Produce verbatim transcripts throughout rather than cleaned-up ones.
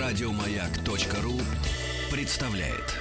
Радиомаяк.ру представляет.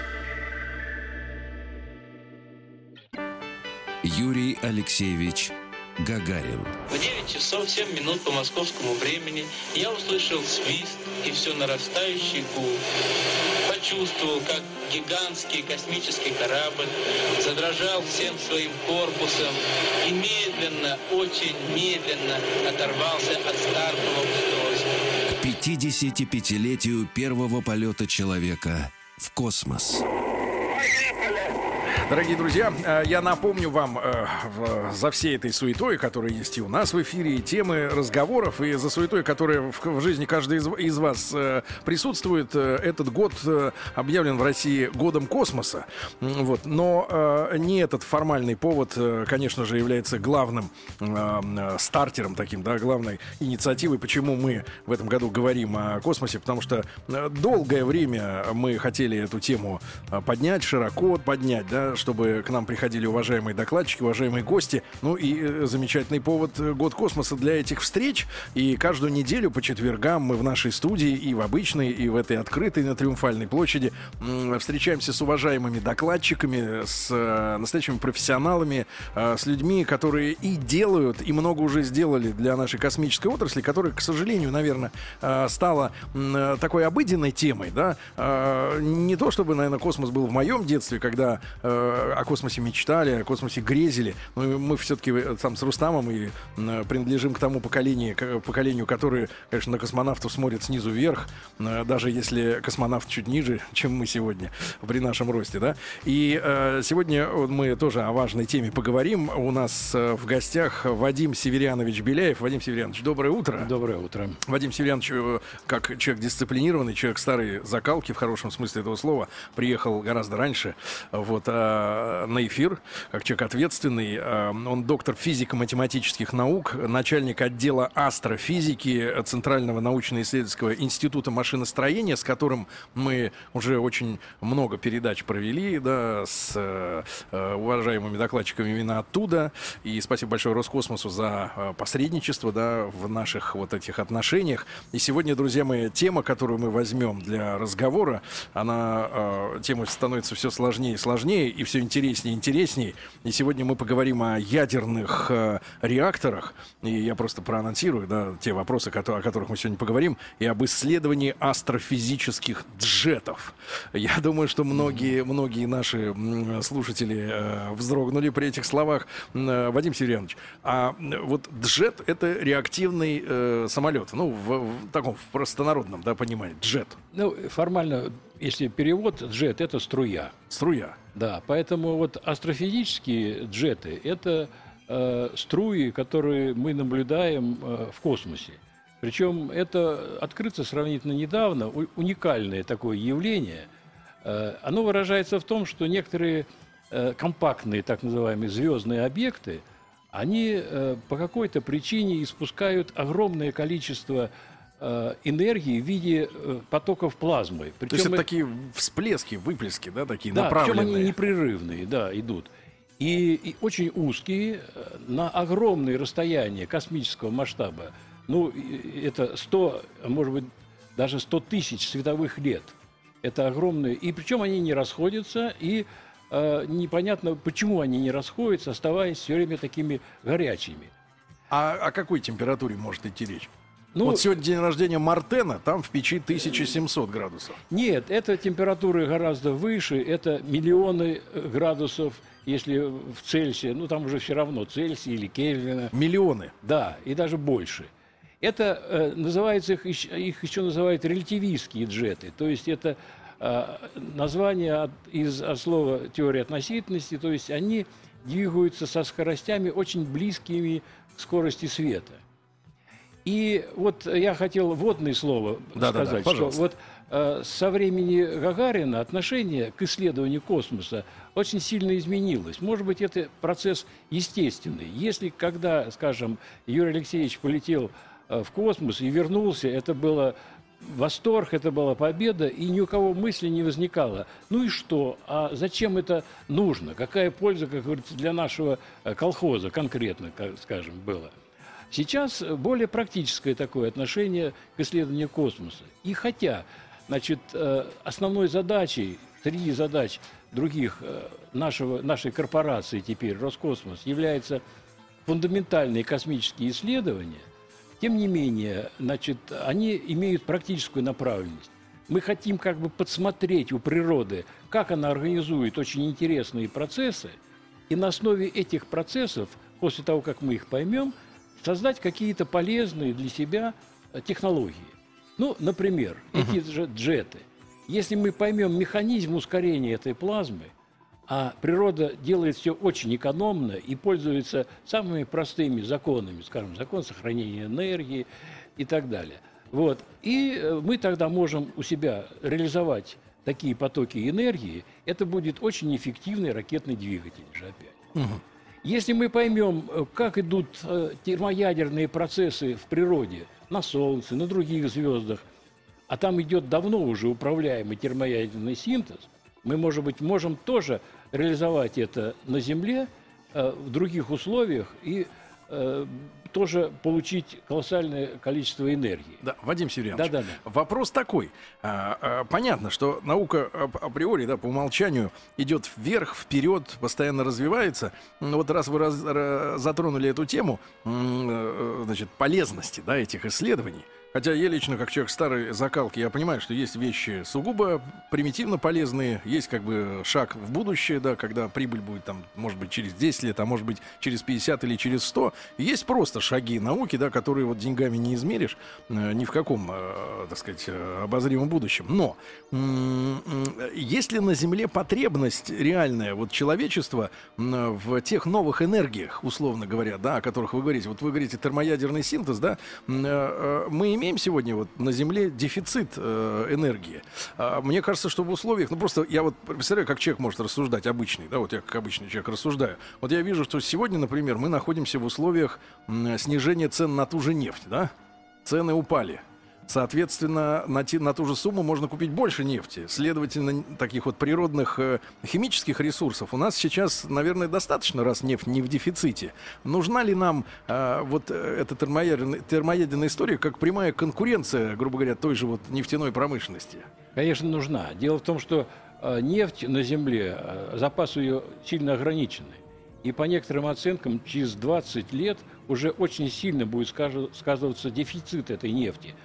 Юрий Алексеевич Гагарин. В девять часов семь минут по московскому времени я услышал свист и все нарастающий гул. Почувствовал, как гигантский космический корабль задрожал всем своим корпусом и медленно, очень медленно оторвался от стартового устройства. К пятидесятипятилетию первого полета человека в космос. Дорогие друзья, я напомню вам э, в, за всей этой суетой, которая есть и у нас в эфире, и темы разговоров, и за суетой, которая в, в жизни каждой из, из вас э, присутствует, э, этот год э, объявлен в России годом космоса. Вот. Но э, не этот формальный повод, э, конечно же, является главным э, стартером таким, да, главной инициативой, почему мы в этом году говорим о космосе, потому что долгое время мы хотели эту тему поднять, широко поднять, да, чтобы к нам приходили уважаемые докладчики, уважаемые гости. Ну и э, замечательный повод — год космоса для этих встреч. И каждую неделю по четвергам мы в нашей студии и в обычной, и в этой открытой на Триумфальной площади э, встречаемся с уважаемыми докладчиками, с э, настоящими профессионалами, э, с людьми, которые и делают, и много уже сделали для нашей космической отрасли, которая, к сожалению, наверное, э, стала э, такой обыденной темой, да. Э, не то чтобы, наверное, космос был в моем детстве, когда э, о космосе мечтали, о космосе грезили. Но мы все-таки там с Рустамом и э, принадлежим к тому поколению, к поколению, которое, конечно, на космонавтов смотрит снизу вверх, э, даже если космонавт чуть ниже, чем мы сегодня при нашем росте, да. И э, сегодня мы тоже о важной теме поговорим. У нас э, в гостях Вадим Северянович Беляев. Вадим Северянович, доброе утро. Доброе утро. Вадим Северянович, э, как человек дисциплинированный, человек старой закалки, в хорошем смысле этого слова, приехал гораздо раньше, вот, э, на эфир, как человек ответственный. Он доктор физико-математических наук, начальник отдела астрофизики Центрального научно-исследовательского института машиностроения, с которым мы уже очень много передач провели, да, с э, уважаемыми докладчиками именно оттуда. И спасибо большое Роскосмосу за посредничество, да, в наших вот этих отношениях. И сегодня, друзья мои, тема, которую мы возьмем для разговора, она, э, тема становится все сложнее и сложнее, и все интереснее и интереснее. И сегодня мы поговорим о ядерных э, реакторах. И я просто проанонсирую, да, те вопросы, которые, о которых мы сегодня поговорим, и об исследовании астрофизических джетов. Я думаю, что многие, многие наши м, слушатели э, вздрогнули при этих словах. Э, Вадим Северянович, а вот джет — это реактивный э, самолет. Ну, в, в таком в простонародном, да, понимании. Джет. Ну, формально, если перевод, джет — это струя. Струя. Да, поэтому вот астрофизические джеты — это э, струи, которые мы наблюдаем э, в космосе. Причем это открыто сравнительно недавно, у, уникальное такое явление. Э, оно выражается в том, что некоторые э, компактные, так называемые, звездные объекты, они э, по какой-то причине испускают огромное количество энергии в виде потоков плазмы. Причем То есть это мы... такие всплески, выплески, да, такие да, направленные. Причем они непрерывные, да, идут. И, и очень узкие, на огромные расстояния космического масштаба. Ну, это сто, может быть, даже сто тысяч световых лет. Это огромные. И причем они не расходятся, и э, непонятно, почему они не расходятся, оставаясь все время такими горячими. А о какой температуре может идти речь? Ну, вот сегодня день рождения Мартена, там в печи тысяча семьсот градусов. Нет, это температуры гораздо выше, это миллионы градусов, если в Цельсии, ну там уже все равно Цельсия или Кельвина. Миллионы? Да, и даже больше. Это э, называется, их, их еще называют релятивистские джеты, то есть это э, название от, из, от слова теория относительности, то есть они двигаются со скоростями очень близкими к скорости света. И вот я хотел вводное слово да, сказать, да, да, что вот э, со времени Гагарина отношение к исследованию космоса очень сильно изменилось. Может быть, это процесс естественный. Если когда, скажем, Юрий Алексеевич полетел э, в космос и вернулся, это было восторг, это была победа, и ни у кого мысли не возникало. Ну и что? А зачем это нужно? Какая польза, как говорится, для нашего колхоза конкретно, скажем, было? Сейчас более практическое такое отношение к исследованию космоса. И хотя Значит, основной задачей, среди задач других нашего, нашей корпорации теперь, Роскосмос, является фундаментальные космические исследования. Тем не менее, значит, они имеют практическую направленность. Мы хотим как бы подсмотреть у природы, как она организует очень интересные процессы, и на основе этих процессов, после того, как мы их поймем, создать какие-то полезные для себя технологии. Ну, например, эти же джеты. Если мы поймем механизм ускорения этой плазмы, а природа делает все очень экономно и пользуется самыми простыми законами, скажем, закон сохранения энергии и так далее. Вот. И мы тогда можем у себя реализовать такие потоки энергии. Это будет очень эффективный ракетный двигатель же опять. Угу. Если мы поймем, как идут термоядерные процессы в природе, на Солнце, на других звездах, а там идет давно уже управляемый термоядерный синтез, мы, может быть, можем тоже реализовать это на Земле э, в других условиях и э, тоже получить колоссальное количество энергии. Да, Вадим Северянович, да, да, да. Вопрос такой. А, а, понятно, что наука априори, да, по умолчанию идет вверх, вперед, постоянно развивается. Но вот раз вы раз, раз, затронули эту тему, значит, полезности, да, этих исследований, хотя я лично, как человек старой закалки, я понимаю, что есть вещи сугубо примитивно полезные, есть как бы шаг в будущее, да, когда прибыль будет там, может быть, через десять лет, а может быть, через пятьдесят или через сто. Есть просто шаги науки, да, которые вот деньгами не измеришь э, ни в каком, э, так сказать, обозримом будущем. Но м- м- есть ли на Земле потребность реальная вот человечества э, в тех новых энергиях, условно говоря, да, о которых вы говорите? Вот вы говорите термоядерный синтез, да, э, э, мы имеем имеем сегодня вот на Земле дефицит э, энергии. А, мне кажется, что в условиях, ну просто я вот представляю, как человек может рассуждать обычный, да, вот я как обычный человек рассуждаю. Вот я вижу, что сегодня, например, мы находимся в условиях м, снижения цен на ту же нефть, да, цены упали. Соответственно, на, те, на ту же сумму можно купить больше нефти. Следовательно, таких вот природных э, химических ресурсов у нас сейчас, наверное, достаточно, раз нефть не в дефиците. Нужна ли нам э, вот эта термоядерная, термоядерная история как прямая конкуренция, грубо говоря, той же вот нефтяной промышленности? Конечно, нужна. Дело в том, что э, нефть на Земле, э, запасы ее сильно ограничены. И по некоторым оценкам, через двадцать лет уже очень сильно будет сказываться дефицит этой нефти.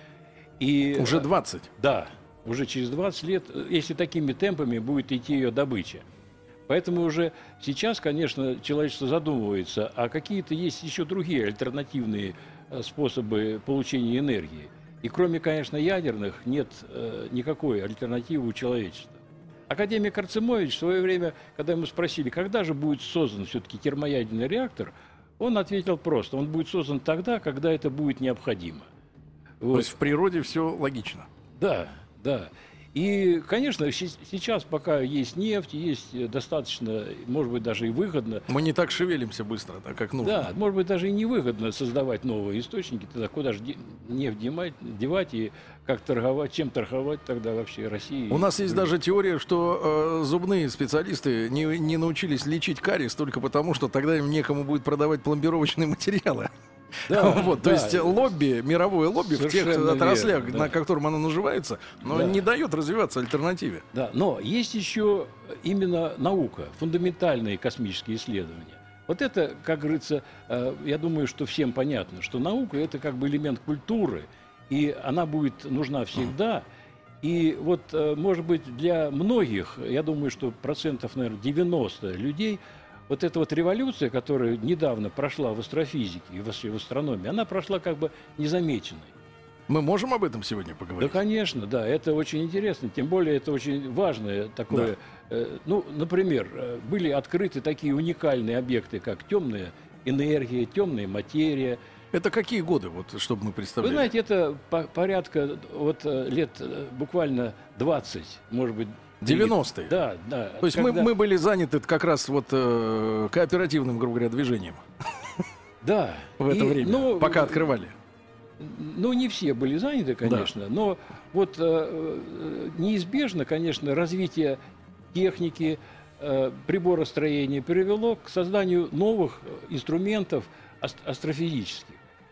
И, уже двадцать? Да, уже через двадцать лет, если такими темпами будет идти ее добыча. Поэтому уже сейчас, конечно, человечество задумывается, а какие-то есть еще другие альтернативные способы получения энергии. И кроме, конечно, ядерных, нет э, никакой альтернативы у человечества. Академик Арцемович в свое время, когда ему спросили, когда же будет создан все-таки термоядерный реактор, он ответил просто, он будет создан тогда, когда это будет необходимо. Вот. То есть в природе все логично. Да, да. И, конечно, сейчас, пока есть нефть, есть достаточно, может быть, даже и выгодно. Мы не так шевелимся быстро, так как нужно. Да, может быть, даже и невыгодно создавать новые источники. Тогда куда же нефть девать, девать и как торговать, чем торговать тогда вообще России? У нас есть даже теория, что э, зубные специалисты не, не научились лечить кариес только потому, что тогда им некому будет продавать пломбировочные материалы. Да, вот, да. То есть лобби, мировое лобби совершенно в тех отраслях, верно, да, на котором оно наживается, но да, не дает развиваться альтернативе. Да, но есть еще именно наука, фундаментальные космические исследования. Вот это, как говорится, я думаю, что всем понятно, что наука — это как бы элемент культуры, и она будет нужна всегда. И вот, может быть, для многих, я думаю, что процентов, наверное, девяносто людей, вот эта вот революция, которая недавно прошла в астрофизике и в астрономии, она прошла как бы незамеченной. Мы можем об этом сегодня поговорить? Да, конечно, да, это очень интересно, тем более это очень важное такое. Да. Э, ну, например, были открыты такие уникальные объекты, как темная энергия, темная материя. Это какие годы, вот, чтобы мы представляли? Вы знаете, это по порядка вот, лет буквально двадцать, может быть, девяностые. Да, да. То есть когда... мы, мы были заняты как раз вот э, кооперативным, грубо говоря, движением. Да. В это и, время, ну, пока открывали. Ну, не все были заняты, конечно, да, но вот э, неизбежно, конечно, развитие техники, э, приборостроения привело к созданию новых инструментов астрофизических.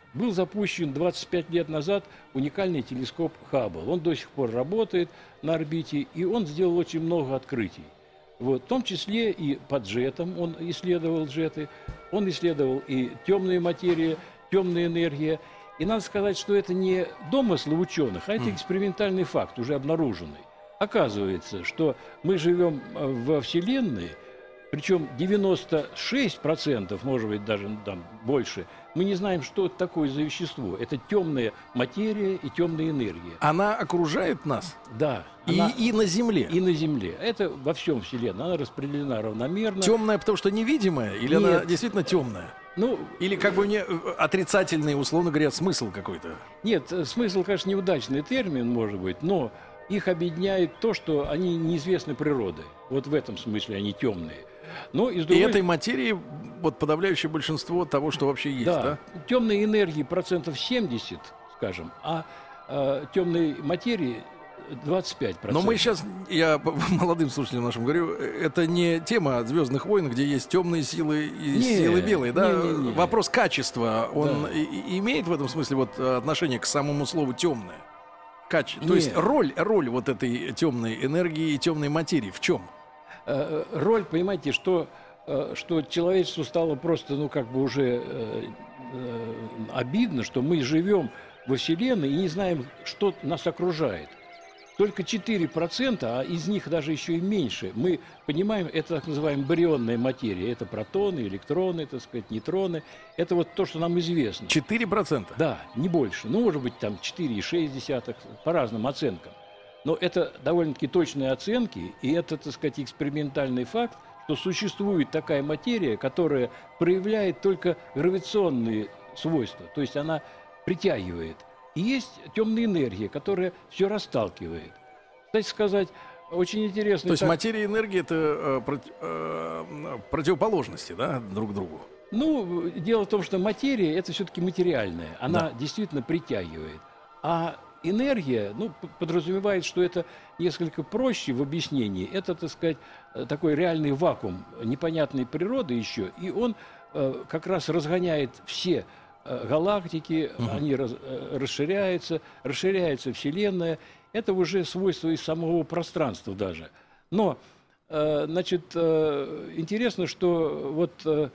был запущен двадцать пять лет назад уникальный телескоп Хаббл. Он до сих пор работает на орбите, и он сделал очень много открытий. Вот, в том числе и по джетам он исследовал джеты, он исследовал и темные материи, темная энергия. И надо сказать, что это не домыслы ученых, а это экспериментальный факт, уже обнаруженный. Оказывается, что мы живем во Вселенной, причем девяносто шесть процентов, может быть, даже там больше, мы не знаем, что это такое за вещество. Это темная материя и темная энергия. Она окружает нас? Да. И, она... и на Земле? И на Земле. Это во всем Вселенной. Она распределена равномерно. Темная, потому что невидимая? Или Нет. она действительно темная? Ну, Или как бы не отрицательный, условно говоря, смысл какой-то? Нет, смысл, конечно, неудачный термин, может быть, но их объединяет то, что они неизвестны природой. Вот в этом смысле они темные. Но и, другой... и этой материи вот подавляющее большинство того, что вообще есть, да? Да, темной энергии процентов семьдесят, скажем, а э, темной материи двадцать пять процентов. Но мы сейчас, я молодым слушателям нашим говорю, это не тема «Звездных войн», где есть темные силы и не, силы белые, да? Не, не, не. Вопрос качества, он Да. и, и имеет в этом смысле вот отношение к самому слову «темное»? Каче... То Не. есть роль, роль вот этой темной энергии и темной материи в чем? Э, роль, понимаете, что, э, что человечеству стало просто, ну, как бы уже э, э, обидно, что мы живем во Вселенной и не знаем, что нас окружает. Только четыре процента, а из них даже еще и меньше, мы понимаем, это так называемая барионная материя. Это протоны, электроны, так сказать, нейтроны. Это вот то, что нам известно. четыре процента? Да, не больше. Ну, может быть, там четыре и шесть десятых, по разным оценкам. Но это довольно-таки точные оценки, и это, так сказать, экспериментальный факт, что существует такая материя, которая проявляет только гравитационные свойства, то есть она притягивает. И есть темная энергия, которая все расталкивает. Кстати сказать, очень интересно... То есть так... материя и энергия — это э, против, э, противоположности, да, друг другу? Ну, дело в том, что материя – это все-таки материальная. Она Да. действительно притягивает. А энергия, ну, подразумевает, что это несколько проще в объяснении. Это, так сказать, такой реальный вакуум непонятной природы еще. И он э, как раз разгоняет все галактики, угу. они раз, расширяются, расширяется Вселенная. Это уже свойство из самого пространства даже. Но, э, значит, э, интересно, что вот э,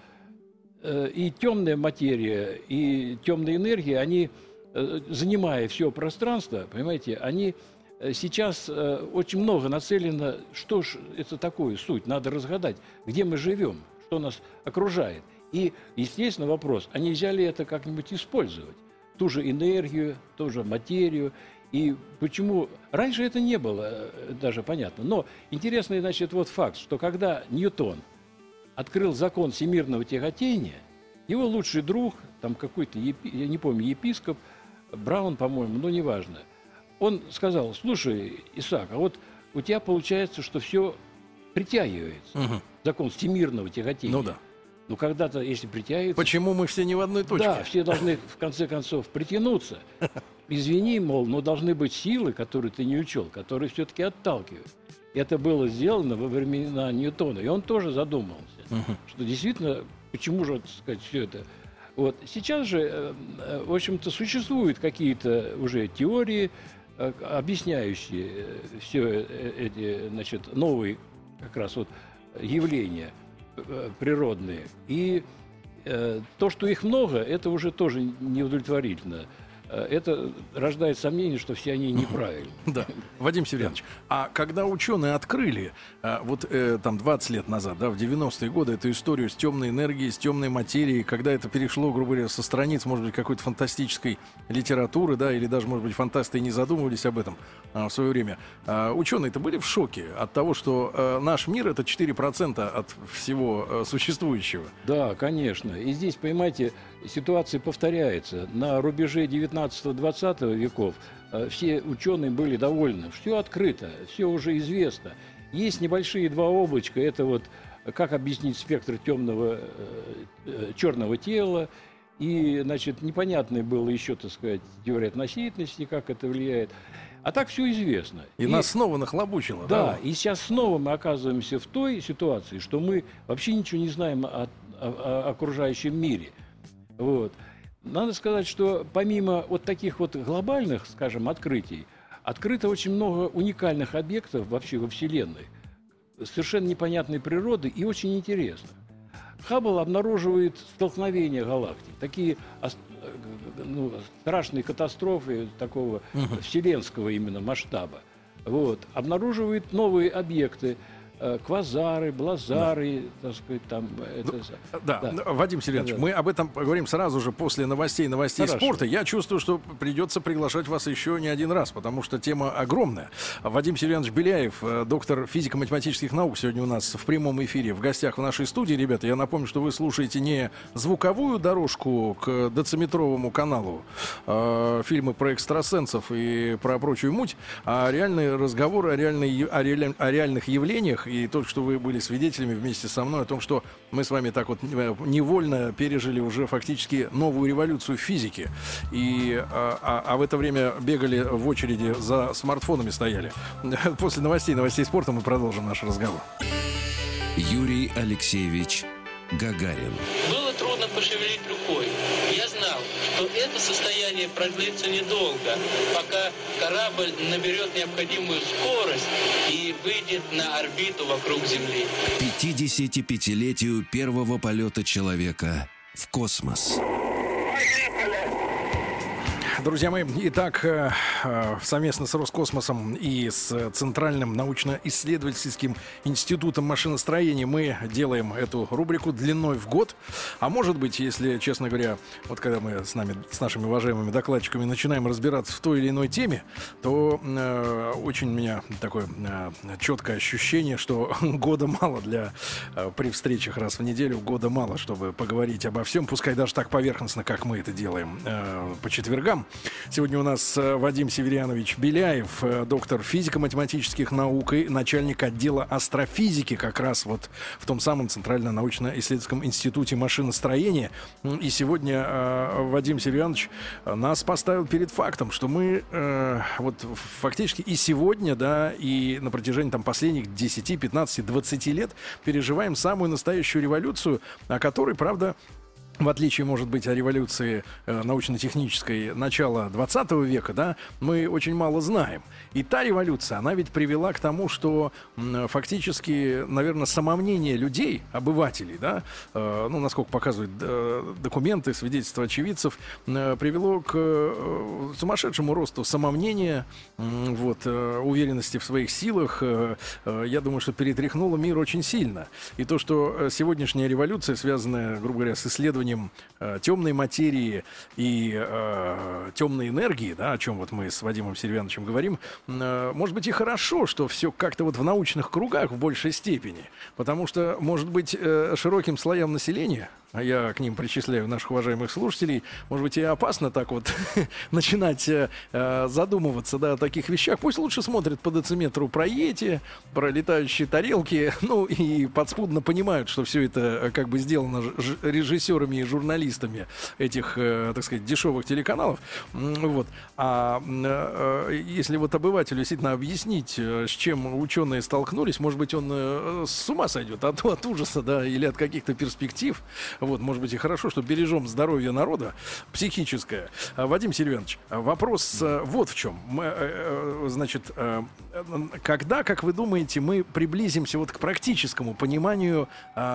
и темная материя, и темная энергия, они, э, занимая все пространство, понимаете, они сейчас э, очень много нацелено, что ж это такое суть, надо разгадать, где мы живем, что нас окружает. И, естественно, вопрос, а нельзя ли это как-нибудь использовать? Ту же энергию, ту же материю. И почему... Раньше это не было даже понятно. Но интересный, значит, вот факт, что когда Ньютон открыл закон всемирного тяготения, его лучший друг, там какой-то, епи... я не помню, епископ, Браун, по-моему, но неважно, он сказал: слушай, Исаак, а вот у тебя получается, что все притягивается. Угу. Закон всемирного тяготения. Ну да. Ну, когда-то, если притягивается... Почему мы все не в одной точке? Да, все должны, в конце концов, притянуться. Извини, мол, но должны быть силы, которые ты не учел, которые все-таки отталкивают. Это было сделано во времена Ньютона, и он тоже задумался, uh-huh. что действительно, почему же, так сказать, все это... Вот. Сейчас же, в общем-то, существуют какие-то уже теории, объясняющие все эти, значит, новые как раз вот явления природные. И э, то, что их много, это уже тоже неудовлетворительно. Это рождает сомнение, что все они неправильны. Да. Вадим Северянович, а когда ученые открыли вот э, там двадцать лет назад, да, в девяностые годы, эту историю с темной энергией, с темной материей, когда это перешло, грубо говоря, со страниц, может быть, какой-то фантастической литературы, да, или даже, может быть, фантасты не задумывались об этом а, в свое время, а, ученые-то были в шоке от того, что а, наш мир — это четыре процента от всего а, существующего. Да, конечно. И здесь, понимаете, ситуация повторяется. На рубеже девятнадцатого-двадцатого веков э, все ученые были довольны. Все открыто, все уже известно. Есть небольшие два облачка. Это вот как объяснить спектр темного, э, э, черного тела. И, значит, непонятное было еще, так сказать, теория относительности, как это влияет. А так все известно. И, и нас снова нахлобучило. Да, да, и сейчас снова мы оказываемся в той ситуации, что мы вообще ничего не знаем о, о, о окружающем мире. Вот. Надо сказать, что помимо вот таких вот глобальных, скажем, открытий, открыто очень много уникальных объектов вообще во Вселенной, совершенно непонятной природы и очень интересных. Хаббл обнаруживает столкновения галактик, такие ну, страшные катастрофы такого uh-huh. вселенского именно масштаба. Вот. Обнаруживает новые объекты, квазары, блазары, да. так сказать, там... Это... Да. да, Вадим Сергеевич, да. мы об этом поговорим сразу же после новостей, новостей Хорошо. спорта. Я чувствую, что придется приглашать вас еще не один раз, потому что тема огромная. Вадим Сергеевич Беляев, доктор физико-математических наук, сегодня у нас в прямом эфире в гостях в нашей студии. Ребята, я напомню, что вы слушаете не звуковую дорожку к дециметровому каналу, э, фильмы про экстрасенсов и про прочую муть, а реальные разговоры о, реальной, о, реаль, о реальных явлениях. И только что вы были свидетелями вместе со мной о том, что мы с вами так вот невольно пережили уже фактически новую революцию в физике. И, а, а в это время бегали в очереди за смартфонами, стояли. После новостей, новостей спорта мы продолжим наш разговор. Юрий Алексеевич Гагарин. Было трудно пошевелить рукой. Я знал, что это состояние продлится недолго, пока корабль наберет необходимую скорость и выйдет на орбиту вокруг Земли. К пятидесятипятилетию первого полета человека в космос. Друзья мои, итак, совместно с Роскосмосом и с Центральным научно-исследовательским институтом машиностроения мы делаем эту рубрику длиной в год. А может быть, если, честно говоря, вот когда мы с нами, с нашими уважаемыми докладчиками начинаем разбираться в той или иной теме, то э, очень у меня такое э, четкое ощущение, что года мало для э, при встречах раз в неделю, года мало, чтобы поговорить обо всем, пускай даже так поверхностно, как мы это делаем э, по четвергам. Сегодня у нас Вадим Северянович Беляев, доктор физико-математических наук и начальник отдела астрофизики как раз вот в том самом Центральном научно-исследовательском институте машиностроения. И сегодня э, Вадим Северянович нас поставил перед фактом, что мы э, вот фактически и сегодня, да, и на протяжении там последних десяти, пятнадцати, двадцати лет переживаем самую настоящую революцию, о которой, правда, в отличие, может быть, от революции э, научно-технической начала двадцатого века, да, мы очень мало знаем. И та революция, она ведь привела к тому, что м, фактически, наверное, самомнение людей, обывателей, да, э, ну, насколько показывают э, документы, свидетельства очевидцев, э, привело к э, сумасшедшему росту самомнения, э, вот, э, уверенности в своих силах. Э, э, я думаю, что перетряхнуло мир очень сильно. И то, что сегодняшняя революция, связанная, грубо говоря, с исследованием э, темной материи и э, темной энергии, да, о чем вот мы с Вадимом Северяновичем говорим, э, может быть и хорошо, что все как-то вот в научных кругах в большей степени, потому что, может быть, э, широким слоям населения, а я к ним причисляю наших уважаемых слушателей, может быть, и опасно так вот начинать э, задумываться, да, о таких вещах. Пусть лучше смотрят по дециметру про Йети, про летающие тарелки, ну и подспудно понимают, что все это как бы сделано режиссерами и журналистами этих, э, так сказать, дешевых телеканалов. Вот. А э, если вот обывателю действительно объяснить, с чем ученые столкнулись, может быть, он э, с ума сойдет от, от ужаса, да, или от каких-то перспектив. Вот, может быть, и хорошо, что бережем здоровье народа психическое. Вадим Северянович, вопрос вот в чем. Мы, значит, когда, как вы думаете, мы приблизимся вот к практическому пониманию,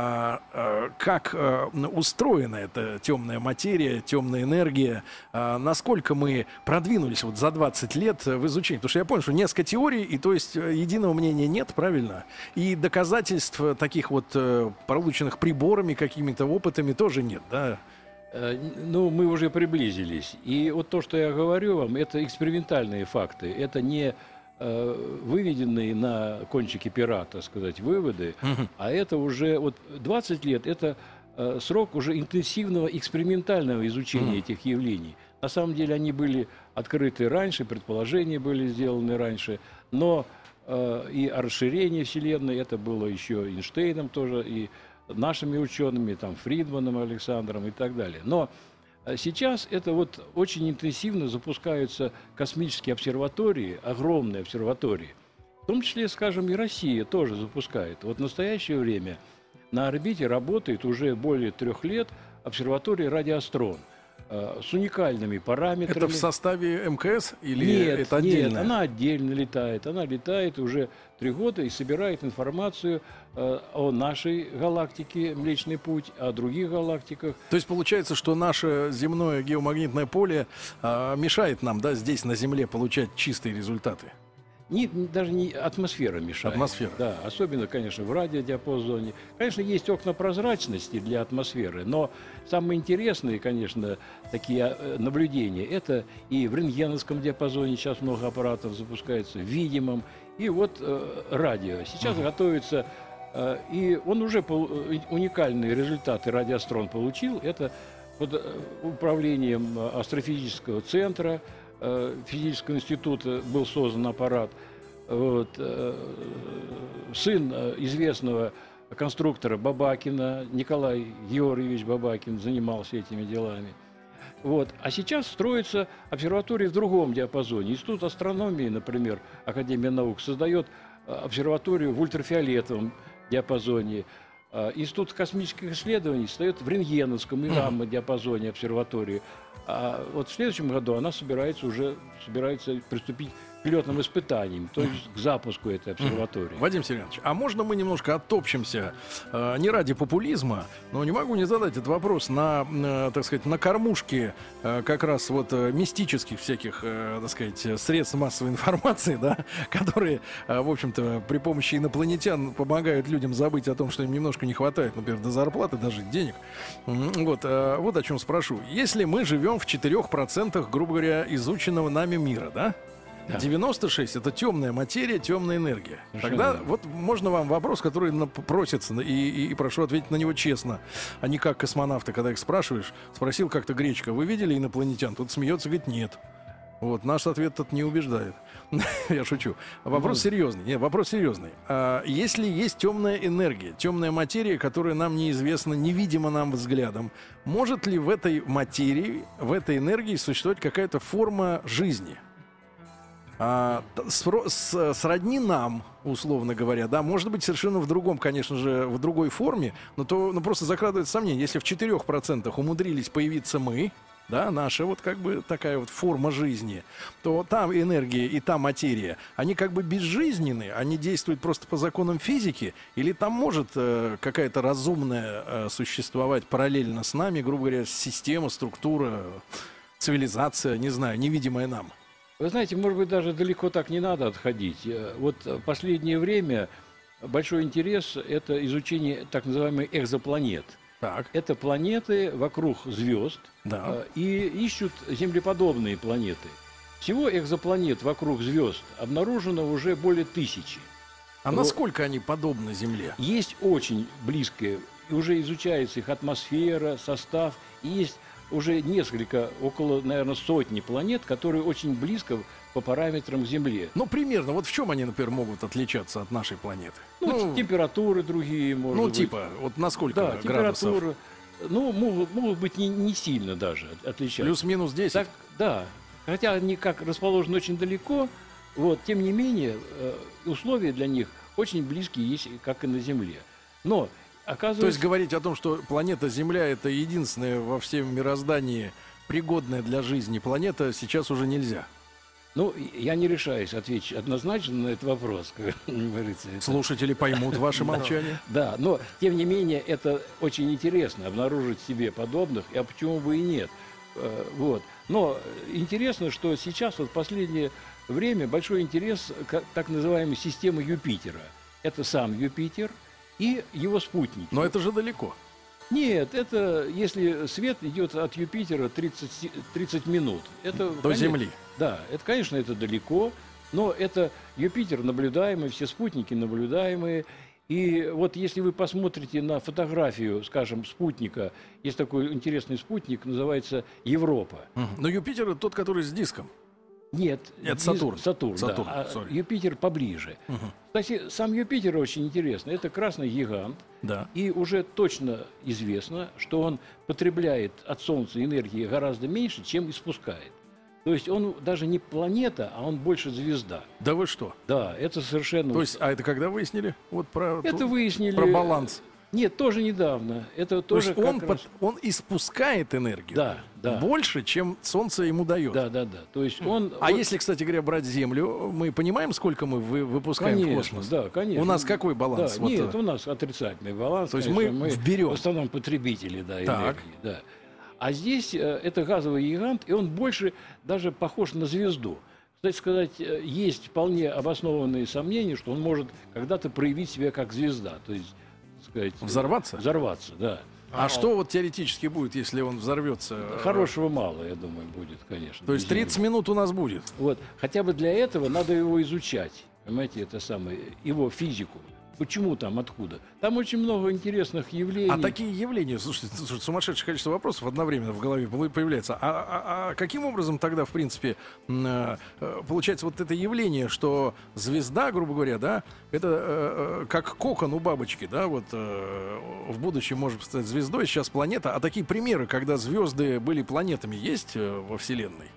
как устроена эта темная материя, темная энергия, насколько мы продвинулись вот за двадцать лет в изучении? Потому что я понял, что несколько теорий, и то есть единого мнения нет, правильно? И доказательств таких вот полученных приборами, какими-то опытами тоже нет, да? Ну, мы уже приблизились. И вот то, что я говорю вам, это экспериментальные факты. Это не э, выведенные на кончике пера, так сказать, выводы, угу. а это уже вот двадцать лет, это э, срок уже интенсивного экспериментального изучения угу. этих явлений. На самом деле они были открыты раньше, предположения были сделаны раньше, но э, и о расширении Вселенной, это было еще Эйнштейном тоже, и нашими учеными, там, Фридманом Александром и так далее. Но сейчас это вот очень интенсивно запускаются космические обсерватории, огромные обсерватории. В том числе, скажем, и Россия тоже запускает. Вот в настоящее время на орбите работает уже более трех лет обсерватория «Радиоастрон». э, с уникальными параметрами. Это в составе эм ка эс или нет, это отдельно? Нет, она отдельно летает. Она летает уже три года и собирает информацию э, о нашей галактике Млечный Путь, о других галактиках. То есть получается, что наше земное геомагнитное поле э, мешает нам, да, здесь на Земле получать чистые результаты? Не, даже не атмосфера мешает. Атмосфера. Да, особенно, конечно, в радиодиапазоне. Конечно, есть окна прозрачности для атмосферы, но самые интересные, конечно, такие наблюдения, это и в рентгеновском диапазоне сейчас много аппаратов запускается, в видимом, и вот э, радио. Сейчас uh-huh. готовится, э, и он уже пол, уникальные результаты радиоастрон получил. Это под управлением астрофизического центра, физического института был создан аппарат. Вот. Сын известного конструктора Бабакина, Николай Георгиевич Бабакин, занимался этими делами. Вот. А сейчас строится обсерватория в другом диапазоне. Институт астрономии, например, Академия наук, создает обсерваторию в ультрафиолетовом диапазоне. Институт космических исследований создает в рентгеновском и гамма-диапазоне обсерваторию. А вот в следующем году она собирается уже собирается приступить к пилотным испытаниям, то есть к запуску этой обсерватории. Вадим Сергеевич, а можно мы немножко оттопчемся э, не ради популизма, но не могу не задать этот вопрос на, э, так сказать, на кормушке э, как раз вот э, мистических всяких, э, так сказать, средств массовой информации, да, которые, э, в общем-то, при помощи инопланетян помогают людям забыть о том, что им немножко не хватает, например, до зарплаты, даже денег. Вот, э, вот о чем спрошу. Если мы живем в четырёх процентах, грубо говоря, изученного нами мира, да? Да. девяносто шесть это темная материя, темная энергия. Совершенно. Тогда вот можно вам вопрос, который просится, и, и, и прошу ответить на него честно, а не как космонавты, когда их спрашиваешь. Спросил как-то Гречка: вы видели инопланетян? Тут смеется, говорит, нет. Вот, наш ответ тут не убеждает. Я шучу. Вопрос серьезный. Нет, вопрос серьезный. А, если есть темная энергия, темная материя, которая нам неизвестна, невидима нам взглядом, может ли в этой материи, в этой энергии существовать какая-то форма жизни? А, с, с, сродни нам, условно говоря, да, может быть совершенно в другом, конечно же, в другой форме, но то, ну, просто закрадывается сомнение. Если в четырёх процентах умудрились появиться мы, да, наша вот как бы такая вот форма жизни, то там энергия и та материя, они как бы безжизненны, они действуют просто по законам физики, или там может э, какая-то разумная э, существовать параллельно с нами, грубо говоря, система, структура, цивилизация, не знаю, невидимая нам? Вы знаете, может быть, даже далеко так не надо отходить. Вот в последнее время большой интерес – это изучение так называемых экзопланет. Так. Это планеты вокруг звезд, да. И ищут землеподобные планеты. Всего экзопланет вокруг звезд обнаружено уже более тысячи. А Но насколько они подобны Земле? Есть очень близкие, уже изучается их атмосфера, состав, и есть уже несколько, около, наверное, сотни планет, которые очень близко по параметрам к Земле. Ну, примерно, вот в чем они, например, могут отличаться от нашей планеты? Ну, ну температуры другие, может ну, быть. Ну, типа, вот насколько да, градусов? Температура, ну, могут, могут быть не, не сильно даже отличаться. Плюс-минус десять? Так, да, хотя они как расположены очень далеко, вот, тем не менее, условия для них очень близкие есть, как и на Земле. Но оказывается... То есть говорить о том, что планета Земля — это единственная во всем мироздании пригодная для жизни планета, сейчас уже нельзя. Ну, я не решаюсь ответить однозначно на этот вопрос, как говорится. Слушатели поймут ваше молчание. Да, но, тем не менее, это очень интересно, обнаружить себе подобных, а почему бы и нет. Вот. Но интересно, что сейчас, вот в последнее время, большой интерес к так называемой системе Юпитера. Это сам Юпитер и его спутники. Но это же далеко. Нет, это если свет идет от Юпитера тридцать, тридцать минут. Это, до конечно, Земли. Да, это, конечно, это далеко, но это Юпитер наблюдаемый, все спутники наблюдаемые. И вот если вы посмотрите на фотографию, скажем, спутника, есть такой интересный спутник, называется Европа. Но Юпитер — это тот, который с диском. Нет, это Сатурн. Сатурн, Сатурн, да. А Юпитер поближе. Угу. Кстати, сам Юпитер очень интересный. Это красный гигант. Да. И уже точно известно, что он потребляет от Солнца энергии гораздо меньше, чем испускает. То есть он даже не планета, а он больше звезда. Да вы что? Да, это совершенно... То есть, а это когда выяснили? Вот про, это выяснили... Про баланс. Нет, тоже недавно. Это То тоже есть он, как раз- под- он испускает энергию Да, да. больше, чем Солнце ему дает. Да, да, да. То есть он... А вот- если, кстати говоря, брать Землю, мы понимаем, сколько мы вы- выпускаем Конечно, в космос? да, конечно. У нас какой баланс? Да, Вот, нет, э, у нас отрицательный баланс. То есть конечно, мы вберем. в основном потребители, да, Так. энергии, да. А здесь э, это газовый гигант, и он больше даже похож на звезду. Кстати сказать, э, есть вполне обоснованные сомнения, что он может когда-то проявить себя как звезда, то есть, так сказать, э, Взорваться? Взорваться, да. А что вот теоретически будет, если он взорвется? Хорошего мало, я думаю, будет, конечно. То есть для Земли. тридцать минут у нас будет. Вот. Хотя бы для этого надо его изучать, понимаете, это самое, его физику. Почему там, откуда? Там очень много интересных явлений. А такие явления, слушайте, слушайте, сумасшедшее количество вопросов одновременно в голове появляется. А, а- а каким образом тогда, в принципе, м, э, э, получается вот это явление, что звезда, грубо говоря, да, это э, э, как кокон у бабочки, да, вот э, в будущем может стать звездой, сейчас планета. А такие примеры, когда звезды были планетами, есть э, во Вселенной?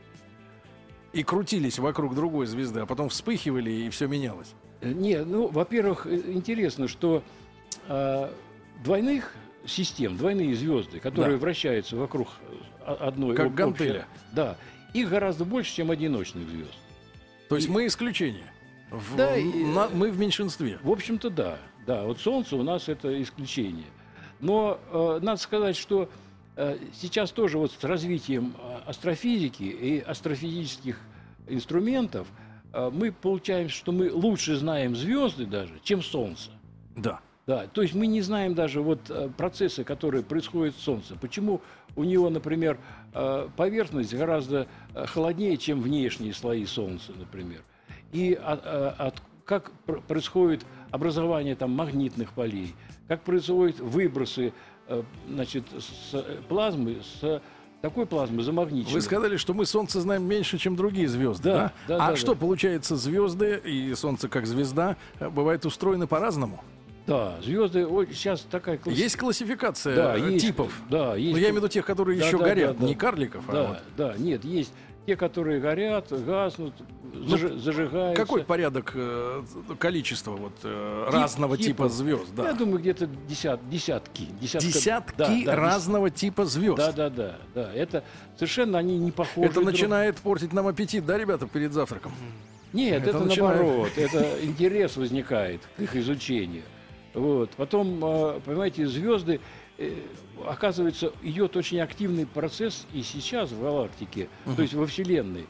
И крутились вокруг другой звезды, а потом вспыхивали, и все менялось. Не, ну, во-первых, э, интересно, что э, двойных систем, двойные звезды, которые Да. вращаются вокруг э, одной Как об- гантеля. общей- да, их гораздо больше, чем одиночных звезд. То есть И- мы исключение. В- Да, и- на- мы в меньшинстве. В общем-то, да. Да, вот Солнце у нас это исключение. Но э, надо сказать, что э, сейчас тоже вот с развитием э, астрофизики и астрофизических инструментов э, мы получаем, что мы лучше знаем звезды даже, чем Солнце. Да. Да, то есть мы не знаем даже вот э, процессы, которые происходят в Солнце. Почему у него, например, э, поверхность гораздо э, холоднее, чем внешние слои Солнца, например. И от- э, от- как пр- происходит образование там магнитных полей, как происходят выбросы, э, значит, с э, плазмы, с такой плазмы замагниченной. Вы сказали, что мы Солнце знаем меньше, чем другие звезды, да? Да, да, а да, что, да. получается, звезды и Солнце как звезда э, бывают устроены по-разному? Да, звезды, ой, сейчас такая класс- Есть классификация Да, э, есть, типов? Да, есть. Ну, я имею в виду тех, которые Да, еще да, горят, да, да. не карликов, Да, а вот. да, нет, есть те, которые горят, гаснут, зажи- зажигаются. Какой порядок э, количества вот, э, Тип- разного типа типов. звезд? Да. Я думаю, где-то десят, десятки. Десятка, Десятки да, да, разного типа звезд. Да, да, да, да. Это совершенно они не похожи. Это друг- начинает портить нам аппетит, да, ребята, перед завтраком? Нет, это это, начинает- наоборот. Это интерес возникает к их изучению. Вот. Потом, э, понимаете, звезды, э, оказывается, идет очень активный процесс и сейчас в галактике, то есть во Вселенной,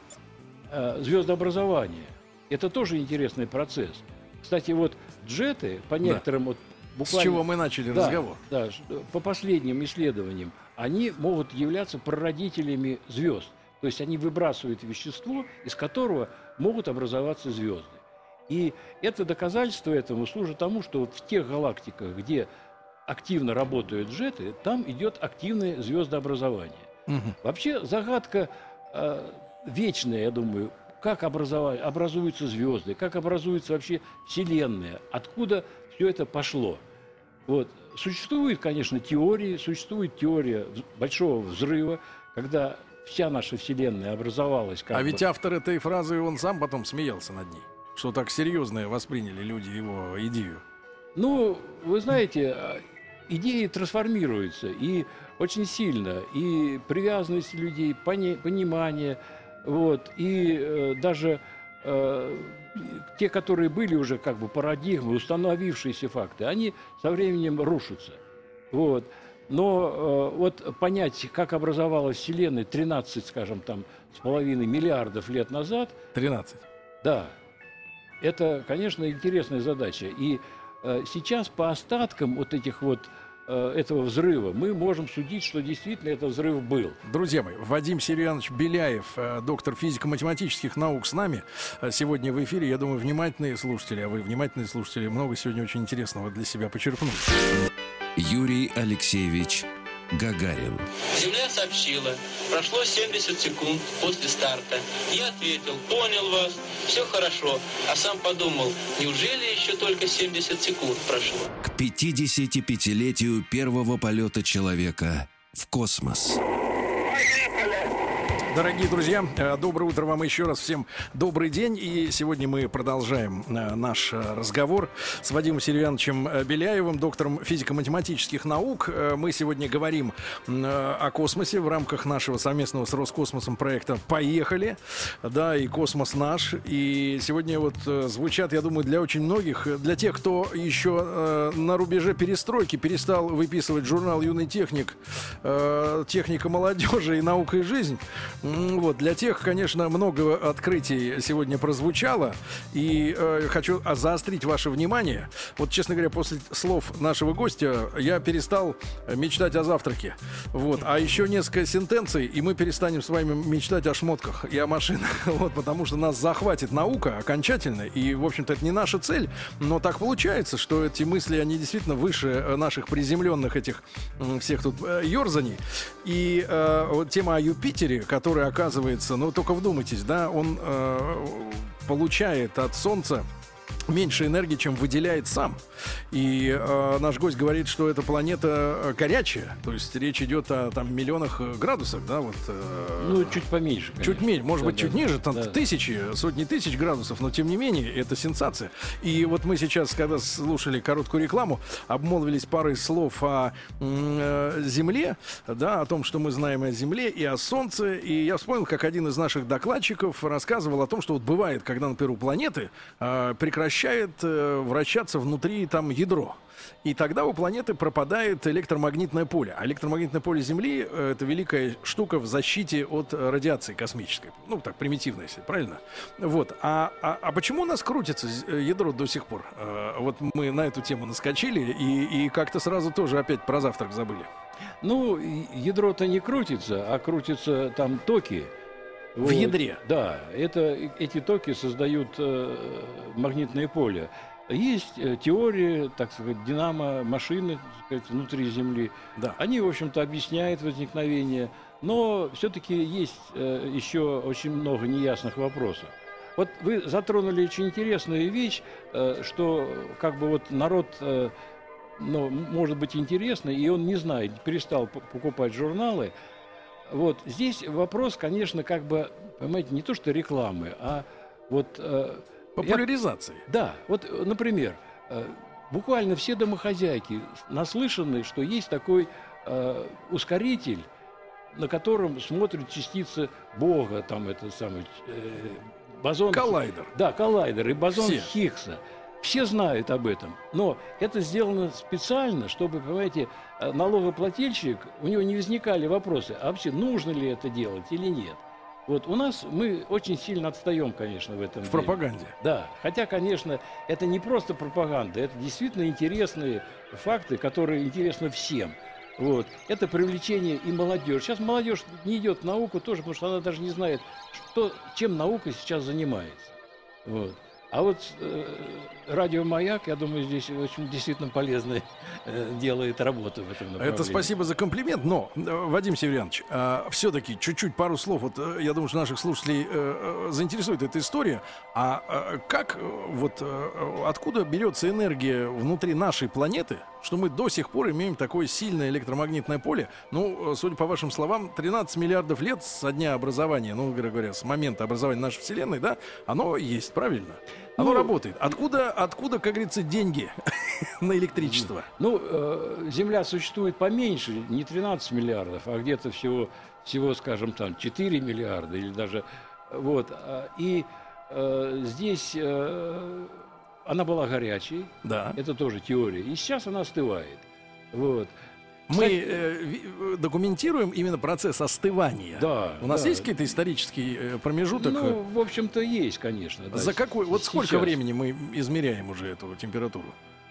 э, звездообразование. Это тоже интересный процесс. Кстати, вот джеты, по некоторым вот С буквально... чего мы начали Да, разговор? да, ш- по последним исследованиям, они могут являться прародителями звезд. То есть они выбрасывают вещество, из которого могут образоваться звезды. И это доказательство этому служит тому, что вот в тех галактиках, где активно работают джеты, там идет активное звездообразование. Мгм. Вообще загадка э, вечная, я думаю, как образова- образуются звезды, как образуется вообще Вселенная, откуда все это пошло. Вот. Существуют, конечно, теории, существует теория вз- большого взрыва, когда вся наша Вселенная образовалась как А бы- ведь автор этой фразы, он сам потом смеялся над ней. Что так серьезно восприняли люди его идею. Ну, вы знаете, а, идеи трансформируются, и очень сильно, и привязанность людей, пони- понимание, вот, и э, даже э, те, которые были уже как бы парадигмы, установившиеся факты, они со временем рушатся. Вот. Но э, вот понять, как образовалась Вселенная тринадцать, скажем, там, с половиной миллиардов лет назад, тринадцать. да, это, конечно, интересная задача. И э, сейчас по остаткам вот этих вот э, этого взрыва мы можем судить, что действительно этот взрыв был. Друзья мои, Вадим Северьянович Беляев, э, доктор физико-математических наук, с нами э, сегодня в эфире. Я думаю, внимательные слушатели, а вы внимательные слушатели, много сегодня очень интересного для себя почерпнули. Юрий Алексеевич Гагарин. Земля сообщила, прошло семьдесят секунд после старта. Я ответил, понял вас, все хорошо. А сам подумал, неужели еще только семьдесят секунд прошло? К пятидесятипятилетию первого полета человека в космос. Дорогие друзья, доброе утро вам еще раз. Всем добрый день. И сегодня мы продолжаем наш разговор с Вадимом Селивановичем Беляевым, доктором физико-математических наук. Мы сегодня говорим о космосе в рамках нашего совместного с Роскосмосом проекта «Поехали». Да, и космос наш. И сегодня вот звучат, я думаю, для очень многих, для тех, кто еще на рубеже перестройки перестал выписывать журнал «Юный техник», «Техника молодежи» и «Наука и жизнь». Вот, для тех, конечно, много открытий сегодня прозвучало. И э, хочу заострить ваше внимание. Вот, честно говоря, после слов нашего гостя я перестал мечтать о завтраке. Вот. А еще несколько сентенций, и мы перестанем с вами мечтать о шмотках и о машинах. Вот, потому что нас захватит наука окончательно. И, в общем-то, это не наша цель. Но так получается, что эти мысли, они действительно выше наших приземленных этих всех тут ерзаний. И э, вот тема о Юпитере, которая оказывается, ну только вдумайтесь, да, он э, получает от Солнца меньше энергии, чем выделяет сам. И э, наш гость говорит, что эта планета горячая. То есть речь идет о там миллионах градусов, да, вот. Э, ну, чуть поменьше, конечно. Чуть меньше, может да, быть, да, чуть ниже, там да. тысячи, сотни тысяч градусов, но тем не менее, это сенсация. И вот мы сейчас, когда слушали короткую рекламу, обмолвились парой слов о э, Земле, да, о том, что мы знаем о Земле и о Солнце. И я вспомнил, как один из наших докладчиков рассказывал о том, что вот бывает, когда, например, у планеты э, прекращается э, вращаться внутри там ядро. И тогда у планеты пропадает электромагнитное поле. А электромагнитное поле Земли э, — это великая штука в защите от радиации космической. Ну, так, примитивно, если правильно. Вот. А, а, а почему у нас крутится ядро до сих пор? Э, вот мы на эту тему наскочили и, и как-то сразу тоже опять про завтрак забыли. Ну, ядро-то не крутится, а крутятся там токи. В вот. ядре? Да, это, эти токи создают э, магнитное поле. Есть э, теории, так сказать, динамо-машины, так сказать, внутри Земли. Да. Они, в общем-то, объясняют возникновение, но все-таки есть э, еще очень много неясных вопросов. Вот вы затронули очень интересную вещь, э, что как бы вот народ... Э, но может быть интересно, и он не знает, перестал покупать журналы. Вот здесь вопрос, конечно, как бы, понимаете, не то что рекламы, а вот... Э, популяризации. Я, да, вот, например, э, буквально все домохозяйки наслышаны, что есть такой э, ускоритель, на котором смотрят частицы Бога, там это самый э, бозон... Коллайдер. Да, коллайдер и бозон все. Хиггса. Все знают об этом, но это сделано специально, чтобы, понимаете, налогоплательщик, у него не возникали вопросы, а вообще нужно ли это делать или нет. Вот у нас мы очень сильно отстаем, конечно, в этом. В деле. пропаганде. Да, хотя, конечно, это не просто пропаганда, это действительно интересные факты, которые интересны всем. Вот. Это привлечение и молодежи. Сейчас молодежь не идет в науку тоже, потому что она даже не знает, что, чем наука сейчас занимается. Вот. А вот э, радио «Маяк», я думаю, здесь очень действительно полезно э, делает работу в этом направлении. Это спасибо за комплимент, но, э, Вадим Северянович, э, все-таки чуть-чуть пару слов, вот, э, я думаю, что наших слушателей э, заинтересует эта история. А э, как, э, вот, э, откуда берется энергия внутри нашей планеты, что мы до сих пор имеем такое сильное электромагнитное поле? Ну, судя по вашим словам, тринадцать миллиардов лет со дня образования, ну, говоря, с момента образования нашей Вселенной, да, оно есть, правильно? Оно ну, работает. Откуда, откуда, как говорится, деньги на электричество? Ну, э, Земля существует поменьше, не тринадцать миллиардов, а где-то всего, всего, скажем, там четыре миллиарда или даже... Вот. И э, здесь э, она была горячей, да. Это тоже теория, и сейчас она остывает. Вот. Мы э, документируем именно процесс остывания. Да, У нас да. есть какой-то исторический промежуток? Ну, в общем-то, есть, конечно. Да. За какой? Вот Сейчас. сколько времени мы измеряем уже эту температуру?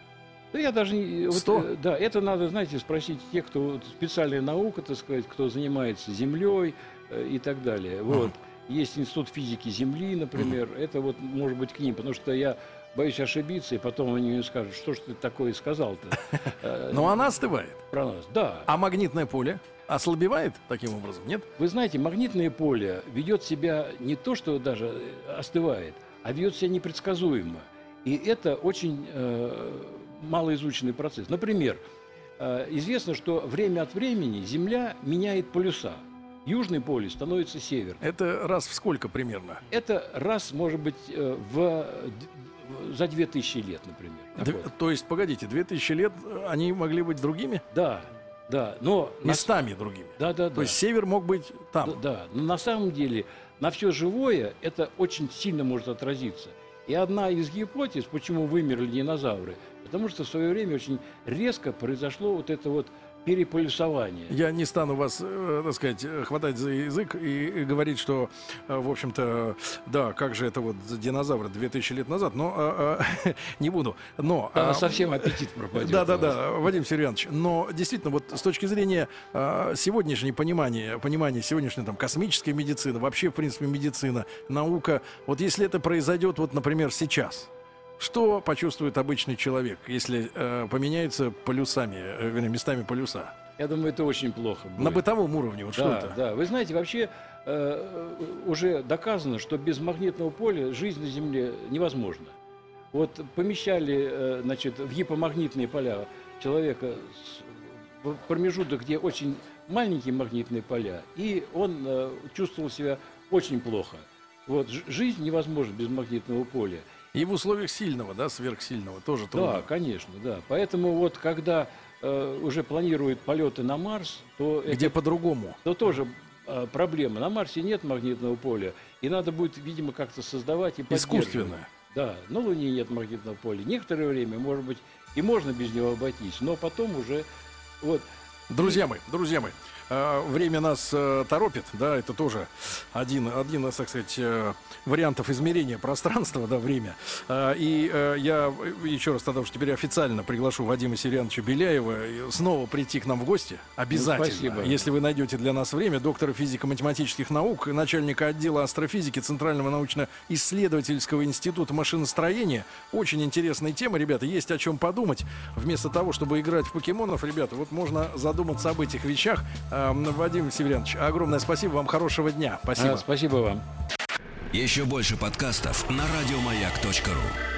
Да я даже не... сто? Вот, да, это надо, знаете, спросить тех, кто специальная наука, так сказать, кто занимается Землей э, и так далее. Вот. Uh-huh. Есть Институт физики Земли, например. Uh-huh. Это вот может быть к ним, потому что я боюсь ошибиться, и потом они мне скажут, что ж ты такое сказал-то. Но она остывает. Про нас, да. А магнитное поле ослабевает таким образом, нет? Вы знаете, магнитное поле ведет себя не то, что даже остывает, а ведет себя непредсказуемо. И это очень э, малоизученный процесс. Например, э, известно, что время от времени Земля меняет полюса. Южный полюс становится северным. Это раз в сколько примерно? Это раз, может быть, э, в, за две тысячи лет, например. Д- Вот. То есть, погодите, две тысячи лет они могли быть другими? Да, да, но... на- Местами другими? Да, да, То да. есть север мог быть там? Да, да, но на самом деле на все живое это очень сильно может отразиться. И одна из гипотез, почему вымерли динозавры, потому что в свое время очень резко произошло вот это вот переполюсование. Я не стану вас, э, так сказать, хватать за язык и, и говорить, что, э, в общем-то, да, как же это вот динозавры две тысячи лет назад, но э, э, не буду. Но, А э, совсем аппетит пропадет. Да, да, у вас. да, Вадим Сергеевич, но действительно, вот с точки зрения э, сегодняшнего понимания, понимания сегодняшней там космической медицины, вообще, в принципе, медицина, наука, вот если это произойдет, вот, например, сейчас, что почувствует обычный человек, если э, поменяются полюсами, э, вернее, местами полюса? Я думаю, это очень плохо будет. На бытовом уровне, вот что Да, это? да. Вы знаете, вообще э, уже доказано, что без магнитного поля жизнь на Земле невозможна. Вот помещали, э, значит, в гипомагнитные поля человека с- в промежуток, где очень маленькие магнитные поля, и он э, чувствовал себя очень плохо. Вот ж- жизнь невозможна без магнитного поля. И в условиях сильного, да, сверхсильного, тоже трудно. Да, конечно, да. Поэтому вот когда э, уже планируют полеты на Марс, то Где это- по-другому. то тоже э, проблема. На Марсе нет магнитного поля, и надо будет, видимо, как-то создавать и поддерживать. Искусственное. Да, на Луне нет магнитного поля. Некоторое время, может быть, и можно без него обойтись, но потом уже вот. Друзья мои, друзья мои, э, время нас э, торопит, да, это тоже один, один из, так сказать, э, вариантов измерения пространства, да, время. Э, и э, я еще раз тогда уж теперь официально приглашу Вадима Сергеевича Беляева и снова прийти к нам в гости. Обязательно. Ну, спасибо. Если вы найдете для нас время, доктора физико-математических наук, начальника отдела астрофизики Центрального научно-исследовательского института машиностроения. Очень интересная тема, ребята, есть о чем подумать. Вместо того, чтобы играть в покемонов, ребята, вот можно задуматься об этих вещах. Э, Вадим Северянович, огромное спасибо вам, хорошего дня. Спасибо. А, спасибо вам. Еще больше подкастов на радиомаяк точка ру.